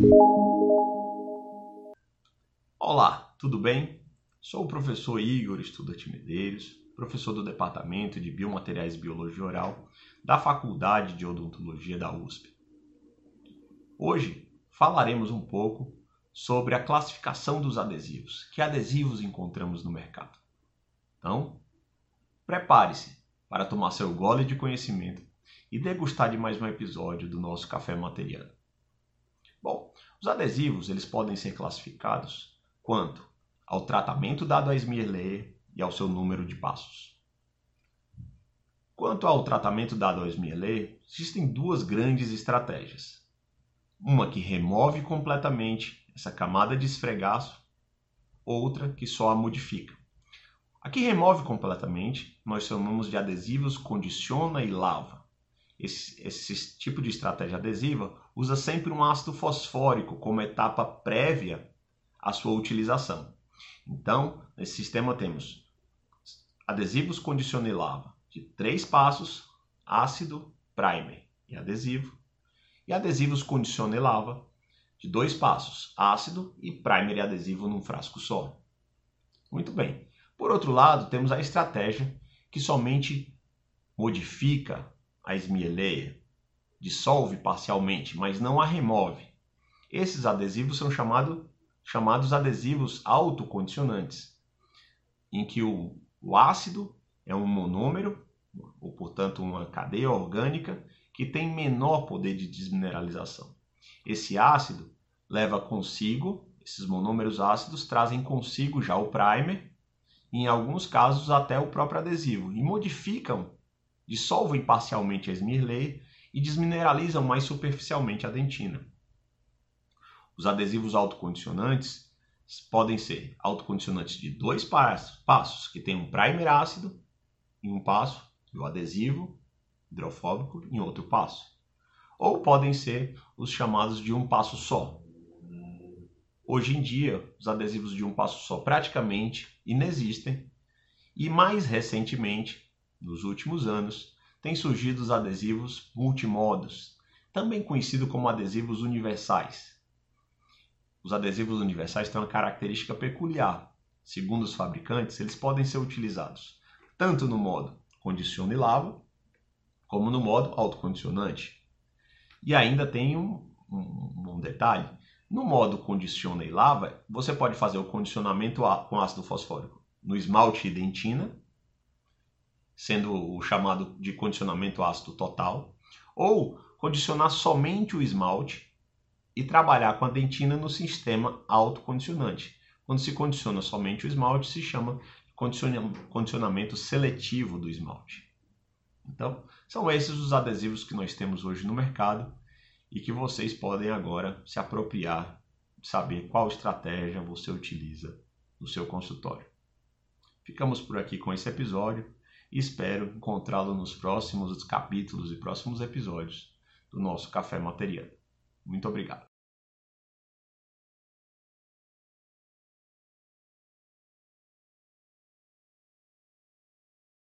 Olá, tudo bem? Sou o professor Igor Estudante Medeiros, professor do Departamento de Biomateriais e Biologia Oral da Faculdade de Odontologia da USP. Hoje falaremos um pouco sobre a classificação dos adesivos. Que adesivos encontramos no mercado? Então, prepare-se para tomar seu gole de conhecimento e degustar de mais um episódio do nosso Café Materiano. Bom, os adesivos eles podem ser classificados quanto ao tratamento dado à smear layer e ao seu número de passos. Quanto ao tratamento dado ao smear layer, existem duas grandes estratégias. Uma que remove completamente essa camada de esfregaço, outra que só a modifica. A que remove completamente, nós chamamos de adesivos condiciona e lava. Esse tipo de estratégia adesiva usa sempre um ácido fosfórico como etapa prévia à sua utilização. Então, nesse sistema temos adesivos condiciona e lava de 3 passos, ácido, primer e adesivo. E adesivos condiciona e lava de 2 passos, ácido e primer e adesivo num frasco só. Muito bem. Por outro lado, temos a estratégia que somente modifica a smear layer, dissolve parcialmente, mas não a remove. Esses adesivos são chamados adesivos autocondicionantes, em que o ácido é um monômero, ou portanto uma cadeia orgânica, que tem menor poder de desmineralização. Esse ácido leva consigo, esses monômeros ácidos trazem consigo já o primer, e em alguns casos até o próprio adesivo, e modificam, dissolvem parcialmente a smear layer e desmineralizam mais superficialmente a dentina. Os adesivos autocondicionantes podem ser autocondicionantes de 2 passos, que tem um primer ácido em um passo e o adesivo hidrofóbico em outro passo. Ou podem ser os chamados de um passo só. Hoje em dia, os adesivos de um passo só praticamente inexistem e mais recentemente, nos últimos anos, têm surgido os adesivos multimodos, também conhecidos como adesivos universais. Os adesivos universais têm uma característica peculiar. Segundo os fabricantes, eles podem ser utilizados tanto no modo condiciona e lava, como no modo autocondicionante. E ainda tem um detalhe. No modo condiciona e lava, você pode fazer o condicionamento com ácido fosfórico no esmalte e dentina, sendo o chamado de condicionamento ácido total, ou condicionar somente o esmalte e trabalhar com a dentina no sistema autocondicionante. Quando se condiciona somente o esmalte, se chama condicionamento seletivo do esmalte. Então, são esses os adesivos que nós temos hoje no mercado e que vocês podem agora se apropriar de saber qual estratégia você utiliza no seu consultório. Ficamos por aqui com esse episódio e espero encontrá-lo nos próximos capítulos e próximos episódios do nosso Café Materiano. Muito obrigado.